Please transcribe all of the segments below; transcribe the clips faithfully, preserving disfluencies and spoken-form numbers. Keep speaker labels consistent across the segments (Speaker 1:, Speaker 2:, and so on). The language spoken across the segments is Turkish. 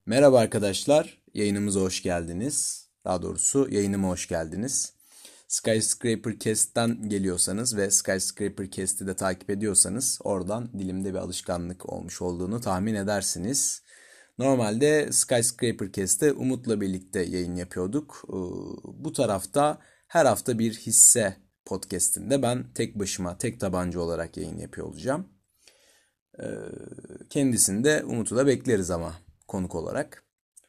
Speaker 1: Merhaba arkadaşlar, yayınımıza hoş geldiniz. Daha doğrusu yayınıma hoş geldiniz. Skyscraper Cast'ten geliyorsanız ve Skyscraper Cast'i de takip ediyorsanız oradan dilimde bir alışkanlık olmuş olduğunu tahmin edersiniz. Normalde Skyscraper Cast'te Umut'la birlikte yayın yapıyorduk. Ee, Bu tarafta her hafta bir hisse podcast'inde ben tek başıma, tek tabanca olarak yayın yapıyor olacağım. Ee, Kendisini de Umut'u da bekleriz ama konuk olarak.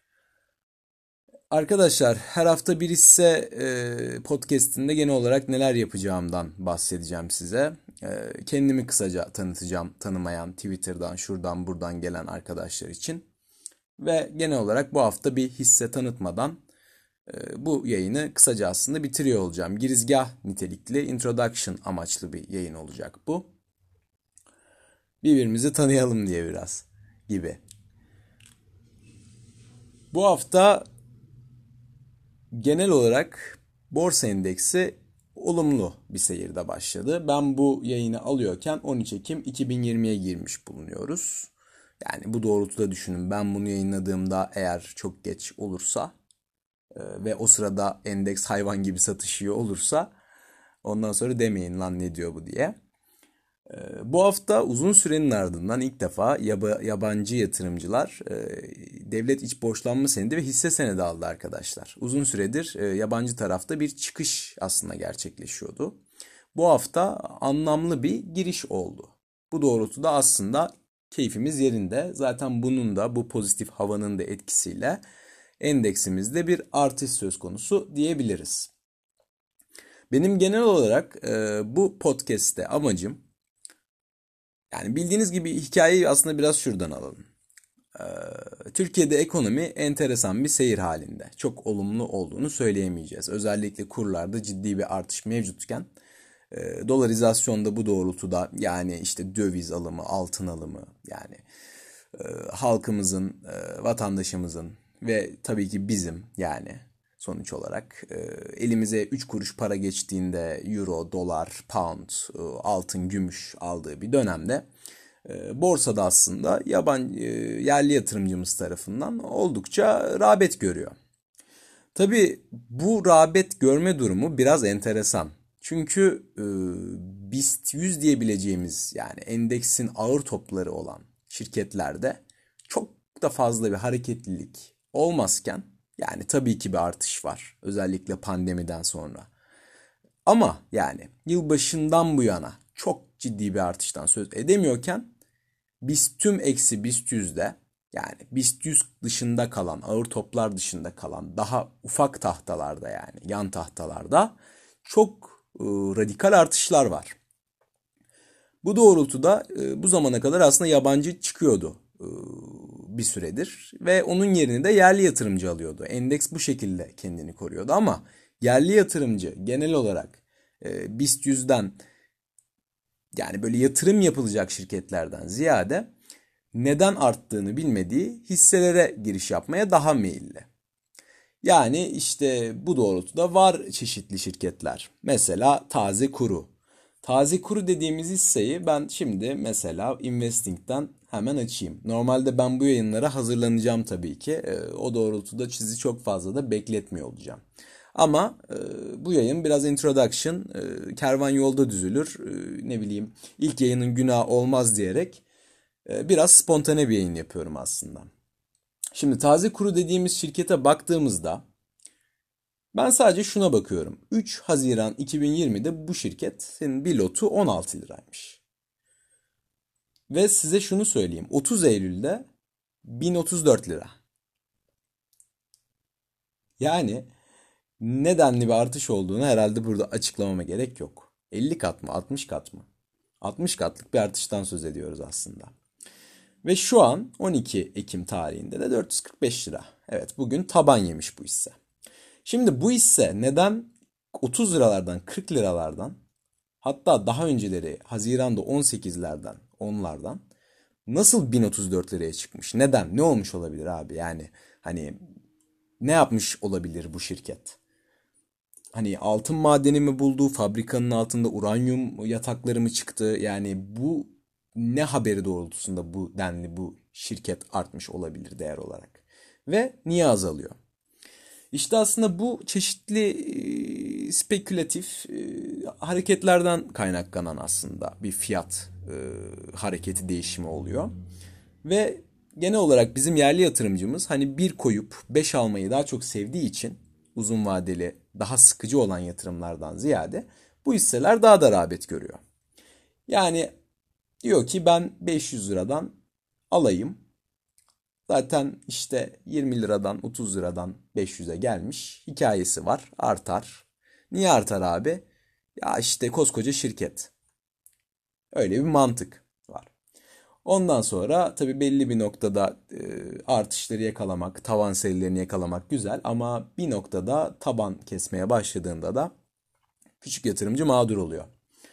Speaker 1: Arkadaşlar her hafta bir ise e, podcast'inde genel olarak neler yapacağımdan bahsedeceğim size. E, kendimi kısaca tanıtacağım tanımayan Twitter'dan şuradan buradan gelen arkadaşlar için. Ve genel olarak bu hafta bir hisse tanıtmadan e, bu yayını kısaca aslında bitiriyor olacağım. Girizgah nitelikli, introduction amaçlı bir yayın olacak bu. Birbirimizi tanıyalım diye biraz gibi. Bu hafta genel olarak borsa endeksi olumlu bir seyirde başladı. Ben bu yayını alıyorken on üç Ekim iki bin yirmiye girmiş bulunuyoruz. Yani bu doğrultuda düşünün. Ben bunu yayınladığımda eğer çok geç olursa e, ve o sırada endeks hayvan gibi satışıyor olursa ondan sonra demeyin lan ne diyor bu diye. Bu hafta uzun sürenin ardından ilk defa yaba, yabancı yatırımcılar e, devlet iç borçlanma senedi ve hisse senedi aldı arkadaşlar. Uzun süredir e, yabancı tarafta bir çıkış aslında gerçekleşiyordu. Bu hafta anlamlı bir giriş oldu. Bu doğrultuda aslında keyfimiz yerinde. Zaten bunun da bu pozitif havanın da etkisiyle endeksimizde bir artış söz konusu diyebiliriz. Benim genel olarak e, bu podcast'te amacım, yani bildiğiniz gibi hikayeyi aslında biraz şuradan alalım. Ee, Türkiye'de ekonomi enteresan bir seyir halinde. Çok olumlu olduğunu söyleyemeyeceğiz. Özellikle kurlarda ciddi bir artış mevcutken e, dolarizasyon da bu doğrultuda, yani işte döviz alımı, altın alımı, yani e, halkımızın, e, vatandaşımızın ve tabii ki bizim, yani sonuç olarak e, elimize üç kuruş para geçtiğinde euro, dolar, pound, e, altın, gümüş aldığı bir dönemde e, borsada aslında yabancı e, yerli yatırımcımız tarafından oldukça rağbet görüyor. Tabii bu rağbet görme durumu biraz enteresan. Çünkü e, BIST yüz diyebileceğimiz, yani endeksin ağır topları olan şirketlerde çok da fazla bir hareketlilik olmazken, yani tabii ki bir artış var. Özellikle pandemiden sonra. Ama yani yılbaşından bu yana çok ciddi bir artıştan söz edemiyorken BIST tüm eksi BIST yüzde, yani BIST yüz dışında kalan, ağır toplar dışında kalan daha ufak tahtalarda, yani yan tahtalarda çok e, radikal artışlar var. Bu doğrultuda e, bu zamana kadar aslında yabancı çıkıyordu e, bir süredir ve onun yerini de yerli yatırımcı alıyordu. Endeks bu şekilde kendini koruyordu ama yerli yatırımcı genel olarak e, BIST yüzden, yani böyle yatırım yapılacak şirketlerden ziyade neden arttığını bilmediği hisselere giriş yapmaya daha meyilli. Yani işte bu doğrultuda var çeşitli şirketler. Mesela Taze Kuru. Taze Kuru dediğimiz hisseyi ben şimdi mesela Investing'den hemen açayım. Normalde ben bu yayınlara hazırlanacağım tabii ki. Ee, o doğrultuda sizi çok fazla da bekletmiyor olacağım. Ama e, bu yayın biraz introduction, e, kervan yolda düzülür, e, ne bileyim ilk yayının günah olmaz diyerek e, biraz spontane bir yayın yapıyorum aslında. Şimdi Taze Kuru dediğimiz şirkete baktığımızda ben sadece şuna bakıyorum. üç Haziran iki bin yirmide bu şirketin bir lotu on altı liraymış. Ve size şunu söyleyeyim. otuz Eylül'de bin otuz dört lira. Yani nedenli bir artış olduğunu herhalde burada açıklamama gerek yok. elli kat mı, altmış kat mı? altmış katlık bir artıştan söz ediyoruz aslında. Ve şu an on iki Ekim tarihinde de dört yüz kırk beş lira. Evet, bugün taban yemiş bu hisse. Şimdi bu hisse neden otuz liralardan, kırk liralardan, hatta daha önceleri Haziran'da on sekizlerden, onlardan nasıl bin otuz dört liraya çıkmış? Neden? Ne olmuş olabilir abi? Yani hani ne yapmış olabilir bu şirket? Hani altın madeni mi buldu? Fabrikanın altında uranyum yatakları mı çıktı? Yani bu ne haberi doğrultusunda bu denli bu şirket artmış olabilir değer olarak? ve niye azalıyor? İşte aslında bu çeşitli e, spekülatif e, hareketlerden kaynaklanan aslında bir fiyat e, hareketi değişimi oluyor. Ve genel olarak bizim yerli yatırımcımız hani bir koyup beş almayı daha çok sevdiği için uzun vadeli daha sıkıcı olan yatırımlardan ziyade bu hisseler daha da rağbet görüyor. Yani diyor ki ben beş yüz liradan alayım. Zaten işte yirmi liradan otuz liradan beş yüze gelmiş. Hikayesi var. Artar. Niye artar abi? Ya işte koskoca şirket. Öyle bir mantık var. Ondan sonra tabii belli bir noktada e, artışları yakalamak, tavan serilerini yakalamak güzel ama bir noktada taban kesmeye başladığında da küçük yatırımcı mağdur oluyor.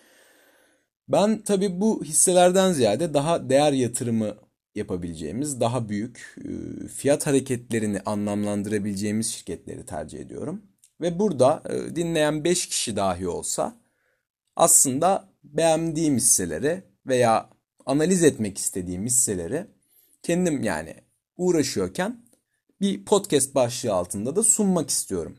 Speaker 1: Ben tabii bu hisselerden ziyade daha değer yatırımı yapabileceğimiz, daha büyük e, fiyat hareketlerini anlamlandırabileceğimiz şirketleri tercih ediyorum. Ve burada e, dinleyen beş kişi dahi olsa aslında beğendiğim hisseleri veya analiz etmek istediğim hisseleri kendim yani uğraşıyorken bir podcast başlığı altında da sunmak istiyorum.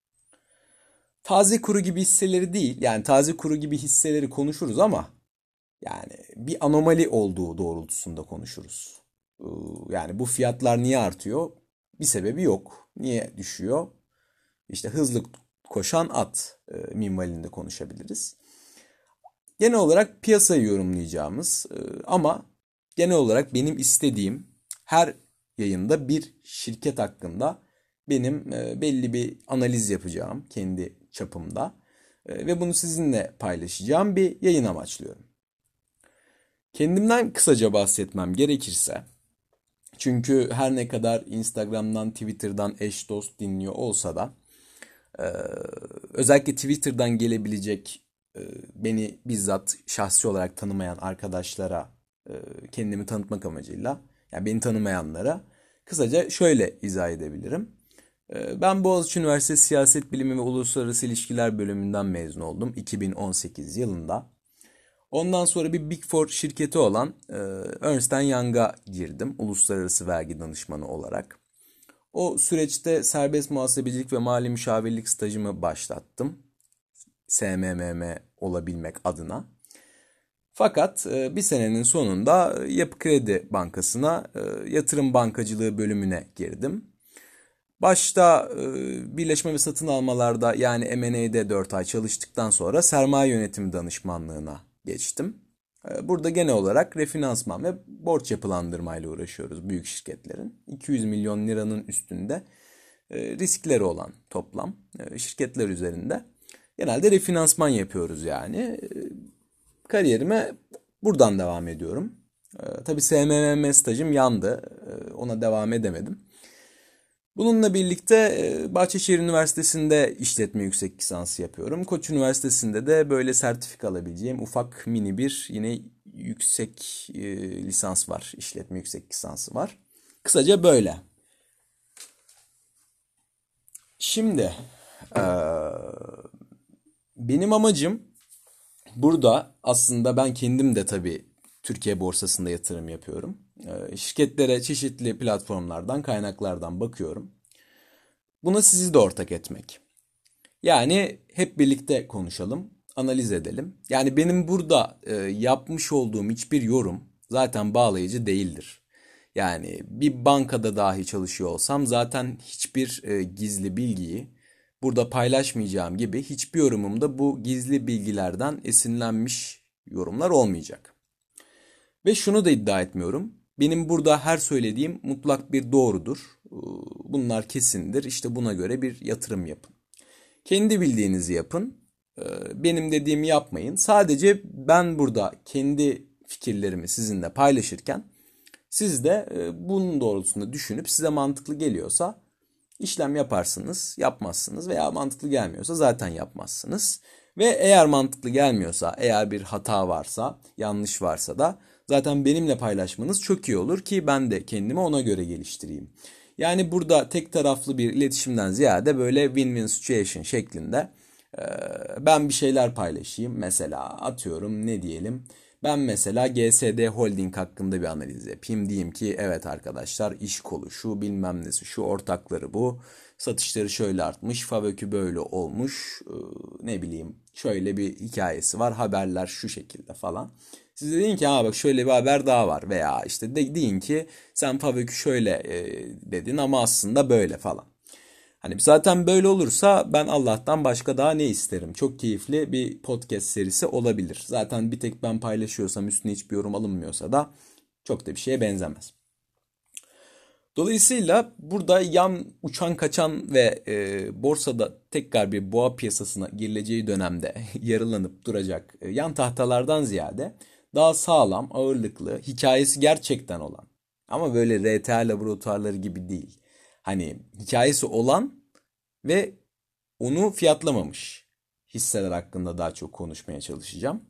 Speaker 1: Taze kuru gibi hisseleri değil, yani taze kuru gibi hisseleri konuşuruz ama yani bir anomali olduğu doğrultusunda konuşuruz. Ee, Yani bu fiyatlar niye artıyor? Bir sebebi yok. Niye düşüyor? İşte hızlı koşan at e, minvalinde konuşabiliriz. Genel olarak piyasayı yorumlayacağımız e, ama genel olarak benim istediğim her yayında bir şirket hakkında benim e, belli bir analiz yapacağım kendi çapımda e, ve bunu sizinle paylaşacağım bir yayın amaçlıyorum. Kendimden kısaca bahsetmem gerekirse, çünkü her ne kadar Instagram'dan, Twitter'dan eş dost dinliyor olsa da e, özellikle Twitter'dan gelebilecek e, beni bizzat şahsi olarak tanımayan arkadaşlara e, kendimi tanıtmak amacıyla, yani beni tanımayanlara kısaca şöyle izah edebilirim. E, ben Boğaziçi Üniversitesi Siyaset Bilimi ve Uluslararası İlişkiler bölümünden mezun oldum iki bin on sekiz yılında. Ondan sonra bir Big Four şirketi olan e, Ernst and Young'a girdim uluslararası vergi danışmanı olarak. O süreçte serbest muhasebecilik ve mali müşavirlik stajımı başlattım. S M M M olabilmek adına. Fakat e, bir senenin sonunda Yapı Kredi Bankası'na e, yatırım bankacılığı bölümüne girdim. Başta e, birleşme ve satın almalarda yani M and A'de dört ay çalıştıktan sonra sermaye yönetimi danışmanlığına geçtim. E, Burada genel olarak refinansman ve borç yapılandırmayla uğraşıyoruz büyük şirketlerin. iki yüz milyon liranın üstünde e, riskleri olan toplam e, şirketler üzerinde. Genelde refinansman yapıyoruz yani. E, Kariyerime buradan devam ediyorum. E, Tabii S M M M stajım yandı. E, Ona devam edemedim. Bununla birlikte e, Bahçeşehir Üniversitesi'nde işletme yüksek lisansı yapıyorum. Koç Üniversitesi'nde de böyle sertifika alabileceğim ufak mini bir yine yüksek e, lisans var. İşletme yüksek lisansı var. Kısaca böyle. Şimdi e, benim amacım burada aslında ben kendim de tabii Türkiye borsasında yatırım yapıyorum. E, şirketlere çeşitli platformlardan, kaynaklardan bakıyorum. Buna sizi de ortak etmek. Yani hep birlikte konuşalım, analiz edelim. Yani benim burada e, yapmış olduğum hiçbir yorum zaten bağlayıcı değildir. Yani bir bankada dahi çalışıyor olsam zaten hiçbir e, gizli bilgiyi burada paylaşmayacağım gibi hiçbir yorumumda bu gizli bilgilerden esinlenmiş yorumlar olmayacak. Ve şunu da iddia etmiyorum. Benim burada her söylediğim mutlak bir doğrudur. Bunlar kesindir. İşte buna göre bir yatırım yapın. Kendi bildiğinizi yapın. Benim dediğimi yapmayın. Sadece ben burada kendi fikirlerimi sizinle paylaşırken siz de bunun doğrultusunda düşünüp size mantıklı geliyorsa işlem yaparsınız, yapmazsınız veya mantıklı gelmiyorsa zaten yapmazsınız. Ve eğer mantıklı gelmiyorsa, eğer bir hata varsa, yanlış varsa da zaten benimle paylaşmanız çok iyi olur ki ben de kendimi ona göre geliştireyim. Yani burada tek taraflı bir iletişimden ziyade böyle win-win situation şeklinde ben bir şeyler paylaşayım. Mesela atıyorum ne diyelim? Ben mesela G S D Holding hakkında bir analiz yapayım. Diyeyim ki evet arkadaşlar, iş kolu şu, bilmem nesi şu, ortakları bu. Satışları şöyle artmış, FAVÖK'ü böyle olmuş. Ee, ne bileyim, şöyle bir hikayesi var. Haberler şu şekilde falan. Siz de deyin ki ha bak şöyle bir haber daha var. Veya işte de, deyin ki sen FAVÖK'ü şöyle e, dedin ama aslında böyle falan. Hani zaten böyle olursa ben Allah'tan başka daha ne isterim? Çok keyifli bir podcast serisi olabilir. Zaten bir tek ben paylaşıyorsam, üstüne hiçbir yorum alınmıyorsa da çok da bir şeye benzemez. Dolayısıyla burada yan uçan kaçan ve e, borsada tekrar bir boğa piyasasına girileceği dönemde yarılanıp duracak e, yan tahtalardan ziyade daha sağlam, ağırlıklı, hikayesi gerçekten olan ama böyle R T A laboratuvarları gibi değil. Hani hikayesi olan ve onu fiyatlamamış hisseler hakkında daha çok konuşmaya çalışacağım.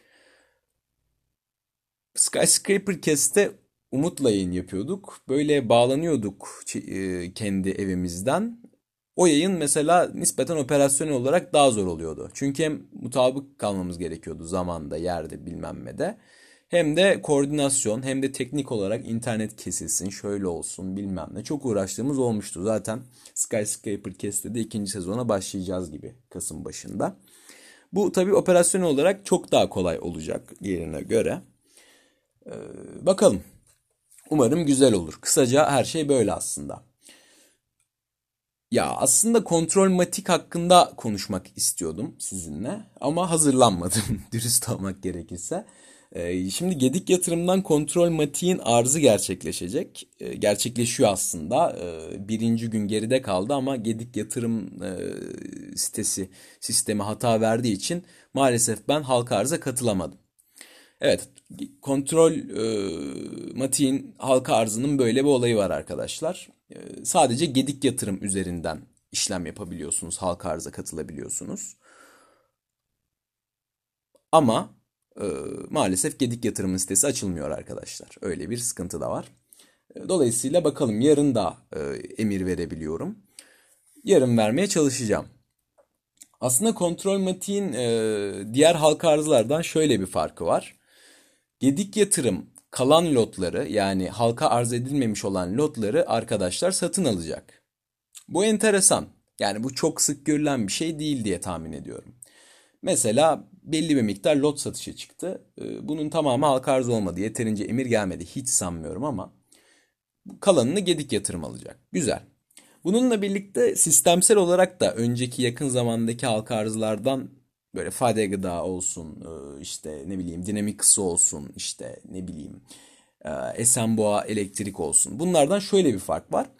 Speaker 1: Skyscraper Cast'te Umut'la yayın yapıyorduk. Böyle bağlanıyorduk e, kendi evimizden. O yayın mesela nispeten operasyonel olarak daha zor oluyordu. Çünkü hem mutabık kalmamız gerekiyordu zamanda, yerde, bilmem ne de. Hem de koordinasyon, hem de teknik olarak internet kesilsin, şöyle olsun bilmem ne. Çok uğraştığımız olmuştu. Zaten Skyscraper Cast'te de ikinci sezona başlayacağız gibi Kasım başında. Bu tabii operasyonel olarak çok daha kolay olacak diğerine göre. Ee, bakalım. Umarım güzel olur. Kısaca her şey böyle aslında. Ya aslında kontrol matik hakkında konuşmak istiyordum sizinle ama hazırlanmadım dürüst olmak gerekirse. Ee, şimdi Gedik Yatırım'dan kontrol matiğin arzı gerçekleşecek. Ee, gerçekleşiyor aslında. Ee, birinci gün geride kaldı ama Gedik Yatırım e, sitesi sistemi hata verdiği için maalesef ben halka arıza katılamadım. Evet, kontrol e, matiğin halka arzının böyle bir olayı var arkadaşlar. E, sadece Gedik Yatırım üzerinden işlem yapabiliyorsunuz, halka arıza katılabiliyorsunuz. Ama e, maalesef Gedik Yatırım'ın sitesi açılmıyor arkadaşlar. Öyle bir sıkıntı da var. E, dolayısıyla bakalım yarın da e, emir verebiliyorum. Yarın vermeye çalışacağım. Aslında kontrol matiğin e, diğer halka arzlardan şöyle bir farkı var. Gedik Yatırım kalan lotları, yani halka arz edilmemiş olan lotları arkadaşlar satın alacak. Bu enteresan. Yani bu çok sık görülen bir şey değil diye tahmin ediyorum. Mesela belli bir miktar lot satışa çıktı. Ee, Bunun tamamı halka arz olmadı. Yeterince emir gelmedi. Hiç sanmıyorum ama kalanını Gedik Yatırım alacak. Güzel. Bununla birlikte sistemsel olarak da önceki yakın zamandaki halka arzlardan böyle Fade Gıda olsun, e, işte ne bileyim Dinamik Isı olsun, işte ne bileyim e, Esenboğa Elektrik olsun. Bunlardan şöyle bir fark var.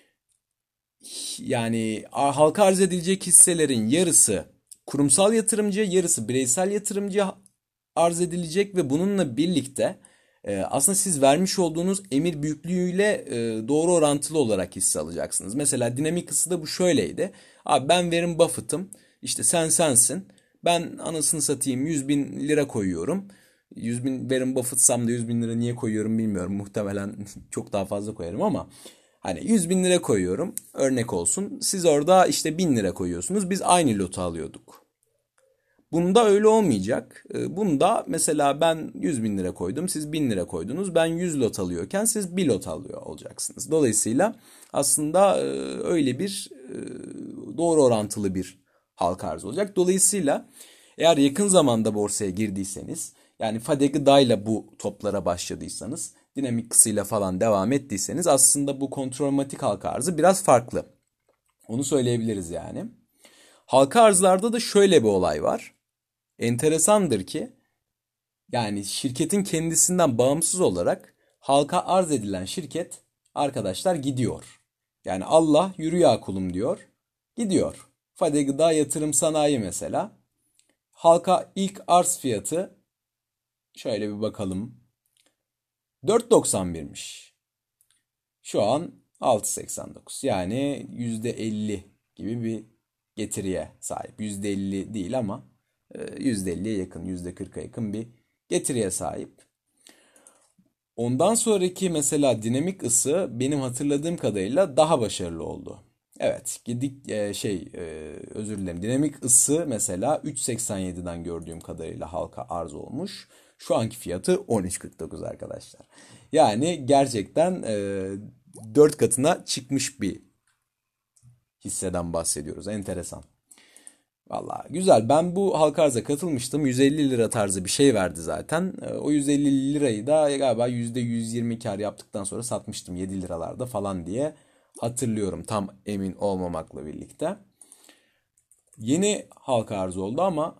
Speaker 1: Yani a- halka arz edilecek hisselerin yarısı kurumsal yatırımcıya, yarısı bireysel yatırımcıya arz edilecek ve bununla birlikte e, aslında siz vermiş olduğunuz emir büyüklüğüyle e, doğru orantılı olarak hisse alacaksınız. Mesela dinamik ısıda bu şöyleydi. Abi ben Warren Buffett'ım. İşte sen sensin. Ben anasını satayım yüz bin lira koyuyorum. yüz bin Warren Buffett'sam da yüz bin lira niye koyuyorum bilmiyorum. Muhtemelen çok daha fazla koyarım ama hani yüz bin lira koyuyorum, örnek olsun. Siz orada işte bin lira koyuyorsunuz. Biz aynı lotu alıyorduk. Bunda öyle olmayacak. Ee, Bunda mesela ben yüz bin lira koydum, siz bin lira koydunuz. Ben yüz lot alıyorken siz bir lot alıyor olacaksınız. Dolayısıyla aslında e, öyle bir e, doğru orantılı bir halka arz olacak. Dolayısıyla eğer yakın zamanda borsaya girdiyseniz, yani Fade Gıda'yla bu toplara başladıysanız, dinamik kısıyla falan devam ettiyseniz aslında bu kontrolmatik halka arzı biraz farklı. Onu söyleyebiliriz yani. Halka arzlarda da şöyle bir olay var. Enteresandır ki yani şirketin kendisinden bağımsız olarak halka arz edilen şirket arkadaşlar gidiyor. Yani Allah yürü ya kulum diyor. Gidiyor. Fade Gıda Yatırım Sanayi mesela. Halka ilk arz fiyatı şöyle bir bakalım. dört doksan birmiş. Şu an altı seksen dokuz. Yani yüzde elli gibi bir getiriye sahip. yüzde elli değil ama e, yüzde elliye yakın, yüzde kırka yakın bir getiriye sahip. Ondan sonraki mesela dinamik ısı benim hatırladığım kadarıyla daha başarılı oldu. Evet, gidik e, şey e, özür dilerim. Dinamik ısı mesela üç seksen yediden gördüğüm kadarıyla halka arz olmuş. Şu anki fiyatı on üç kırk dokuz arkadaşlar. Yani gerçekten e, dört katına çıkmış bir hisseden bahsediyoruz. Enteresan. Valla güzel. Ben bu halka arza katılmıştım. yüz elli lira tarzı bir şey verdi zaten. E, O yüz elli lirayı da galiba yüzde yüz yirmi kar yaptıktan sonra satmıştım yedi liralarda falan diye hatırlıyorum. Tam emin olmamakla birlikte. Yeni halka arz oldu ama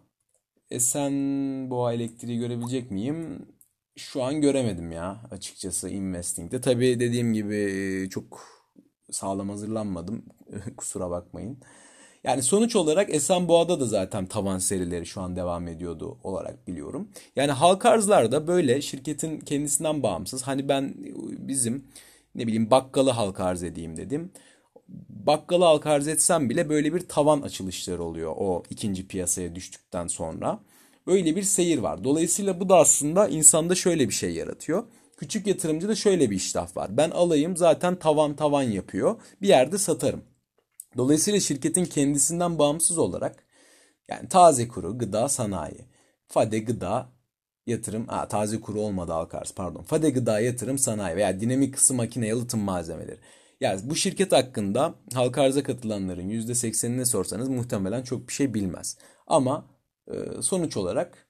Speaker 1: Esenboğa Elektriği görebilecek miyim? Şu an göremedim ya açıkçası Investing'de. Tabii dediğim gibi e, çok sağlam hazırlanmadım. Kusura bakmayın. Yani sonuç olarak Esenboğa'da da zaten tavan serileri şu an devam ediyordu olarak biliyorum. Yani halka arzlarda böyle şirketin kendisinden bağımsız. Hani ben bizim ne bileyim bakkalı halka arz edeyim dedim. Bakkalı halka arz etsem bile böyle bir tavan açılışları oluyor o ikinci piyasaya düştükten sonra. Öyle bir seyir var. Dolayısıyla bu da aslında insanda şöyle bir şey yaratıyor. Küçük yatırımcıda şöyle bir iştah var. Ben alayım zaten tavan tavan yapıyor. Bir yerde satarım. Dolayısıyla şirketin kendisinden bağımsız olarak yani taze kuru, gıda, sanayi, Fade gıda, yatırım, ha, taze kuru olmadı Alkars pardon. Fade gıda, yatırım, sanayi veya dinamik ısı makine, yalıtım malzemeleri. Yani bu şirket hakkında halka arza katılanların yüzde seksenine sorsanız muhtemelen çok bir şey bilmez. Ama e, sonuç olarak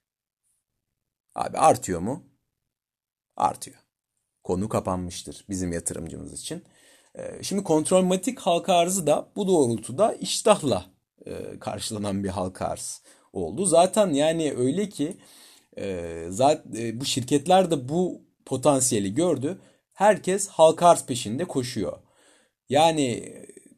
Speaker 1: abi artıyor mu? Artıyor. Konu kapanmıştır bizim yatırımcımız için. Ee, Şimdi kontrolmatik halka arzı da bu doğrultuda iştahla e, karşılanan bir halka arz oldu. Zaten yani öyle ki zaten bu şirketler de bu potansiyeli gördü. Herkes halka arz peşinde koşuyor. Yani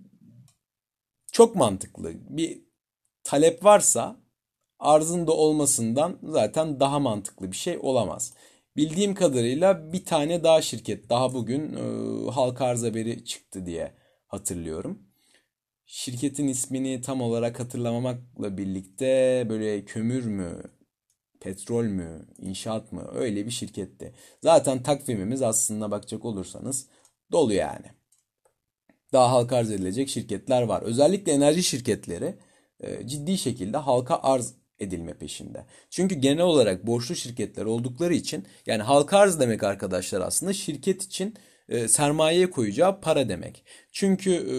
Speaker 1: çok mantıklı. Bir talep varsa arzın da olmasından zaten daha mantıklı bir şey olamaz. Bildiğim kadarıyla bir tane daha şirket daha bugün e, halka arz haberi çıktı diye hatırlıyorum. Şirketin ismini tam olarak hatırlamamakla birlikte böyle kömür mü, petrol mü, inşaat mı öyle bir şirketti. Zaten takvimimiz aslında bakacak olursanız dolu yani. Daha halka arz edilecek şirketler var. Özellikle enerji şirketleri e, ciddi şekilde halka arz edilme peşinde. Çünkü genel olarak borçlu şirketler oldukları için yani halka arz demek arkadaşlar aslında şirket için e, sermayeye koyacağı para demek. Çünkü e,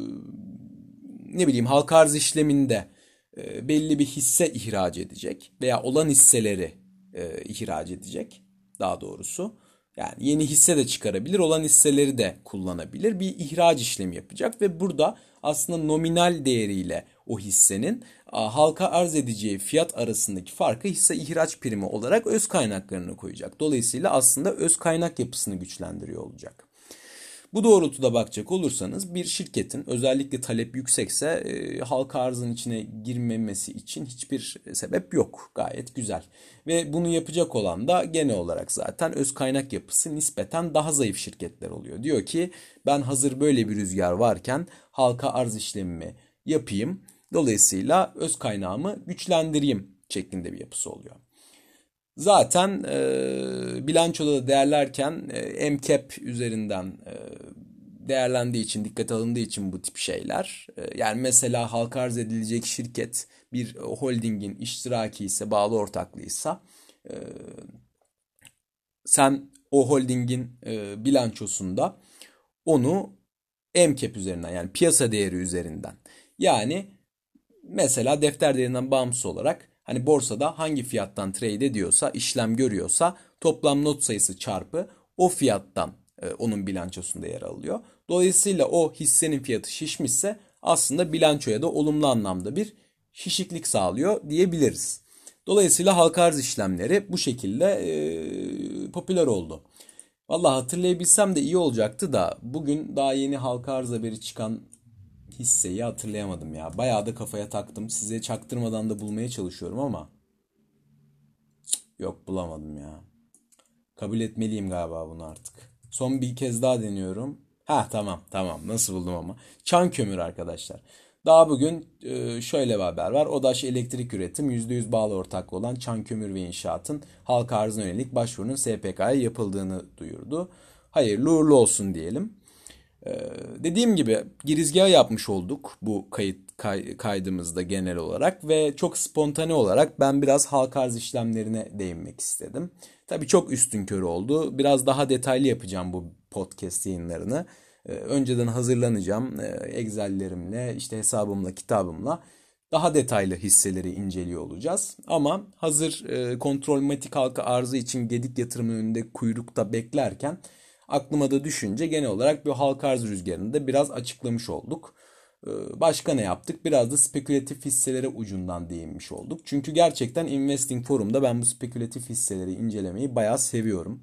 Speaker 1: ne bileyim halka arz işleminde e, belli bir hisse ihraç edecek veya olan hisseleri e, ihraç edecek daha doğrusu. Yani yeni hisse de çıkarabilir, olan hisseleri de kullanabilir. Bir ihraç işlemi yapacak ve burada aslında nominal değeriyle o hissenin halka arz edeceği fiyat arasındaki farkı hisse ihraç primi olarak öz kaynaklarına koyacak. Dolayısıyla aslında öz kaynak yapısını güçlendiriyor olacak. Bu doğrultuda bakacak olursanız bir şirketin özellikle talep yüksekse e, halka arzın içine girmemesi için hiçbir sebep yok. Gayet güzel. Ve bunu yapacak olan da genel olarak zaten öz kaynak yapısı nispeten daha zayıf şirketler oluyor. Diyor ki ben hazır böyle bir rüzgar varken halka arz işlemimi yapayım. Dolayısıyla öz kaynağımı güçlendireyim şeklinde bir yapısı oluyor. Zaten e, bilançoda da değerlerken e, M cap üzerinden e, değerlendiği için, dikkate alındığı için bu tip şeyler. E, yani mesela halka arz edilecek şirket bir holdingin iştiraki ise, bağlı ortaklığıysa e, sen o holdingin e, bilançosunda onu M cap üzerinden yani piyasa değeri üzerinden yani mesela defter değerinden bağımsız olarak hani borsada hangi fiyattan trade ediyorsa, işlem görüyorsa toplam not sayısı çarpı o fiyattan e, onun bilançosunda yer alıyor. Dolayısıyla o hissenin fiyatı şişmişse aslında bilançoya da olumlu anlamda bir şişiklik sağlıyor diyebiliriz. Dolayısıyla halka arz işlemleri bu şekilde e, popüler oldu. Vallahi hatırlayabilsem de iyi olacaktı da bugün daha yeni halka arz haberi çıkan hisseyi hatırlayamadım ya. Bayağı da kafaya taktım. Size çaktırmadan da bulmaya çalışıyorum ama yok bulamadım ya. Kabul etmeliyim galiba bunu artık. Son bir kez daha deniyorum. Ha tamam tamam nasıl buldum ama. Çan Kömür arkadaşlar. Daha bugün e, şöyle bir haber var. ODAŞ Elektrik Üretim yüzde yüz bağlı ortaklı olan Çan Kömür ve İnşaat'ın halka arzına yönelik başvurunun S P K'ya yapıldığını duyurdu. Hayırlı uğurlu olsun diyelim. Ee, dediğim gibi girizgah yapmış olduk bu kayıt kay- kaydımızda genel olarak ve çok spontane olarak ben biraz halka arz işlemlerine değinmek istedim. Tabii çok üstünkörü oldu. Biraz daha detaylı yapacağım bu podcast yayınlarını. Ee, önceden hazırlanacağım. Ee, Excel'lerimle, işte hesabımla, kitabımla daha detaylı hisseleri inceliyor olacağız. Ama hazır e, kontrolmatik halka arzı için Gedik yatırımın önünde kuyrukta beklerken aklıma da düşünce genel olarak bir halka arz rüzgarını da biraz açıklamış olduk. Ee, Başka ne yaptık? Biraz da spekülatif hisselere ucundan değinmiş olduk. Çünkü gerçekten Investing Forum'da ben bu spekülatif hisseleri incelemeyi bayağı seviyorum.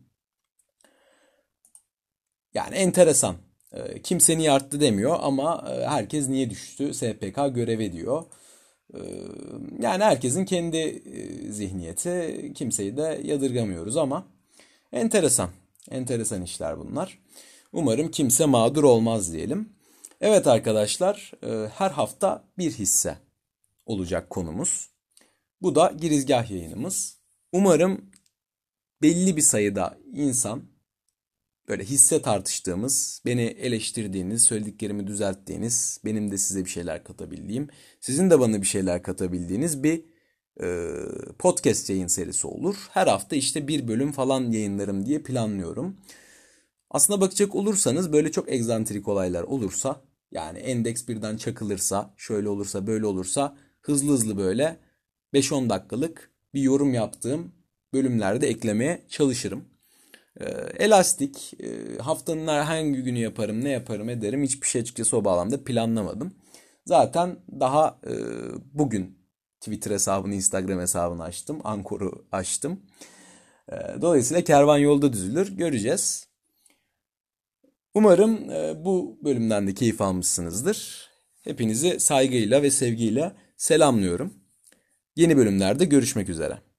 Speaker 1: Yani enteresan. Ee, Kimse niye arttı demiyor ama e, herkes niye düştü? S P K görev diyor. Ee, Yani herkesin kendi e, zihniyeti. Kimseyi de yadırgamıyoruz ama enteresan. Enteresan işler bunlar. Umarım kimse mağdur olmaz diyelim. Evet arkadaşlar, e, her hafta bir hisse olacak konumuz. Bu da girizgah yayınımız. Umarım belli bir sayıda insan böyle hisse tartıştığımız, beni eleştirdiğiniz, söylediklerimi düzelttiğiniz, benim de size bir şeyler katabildiğim, sizin de bana bir şeyler katabildiğiniz bir e, podcast yayın serisi olur. Her hafta işte bir bölüm falan yayınlarım diye planlıyorum. Aslına bakacak olursanız böyle çok egzantrik olaylar olursa, yani endeks birden çakılırsa, şöyle olursa, böyle olursa hızlı hızlı böyle beş on dakikalık bir yorum yaptığım bölümlerde eklemeye çalışırım. Ee, Elastik, e, haftanın hangi günü yaparım, ne yaparım ederim hiçbir şey açıkçası o bağlamda planlamadım. Zaten daha e, bugün Twitter hesabını, Instagram hesabını açtım, Ankor'u açtım. E, Dolayısıyla kervan yolda düzülür, göreceğiz. Umarım e, bu bölümden de keyif almışsınızdır. Hepinizi saygıyla ve sevgiyle selamlıyorum. Yeni bölümlerde görüşmek üzere.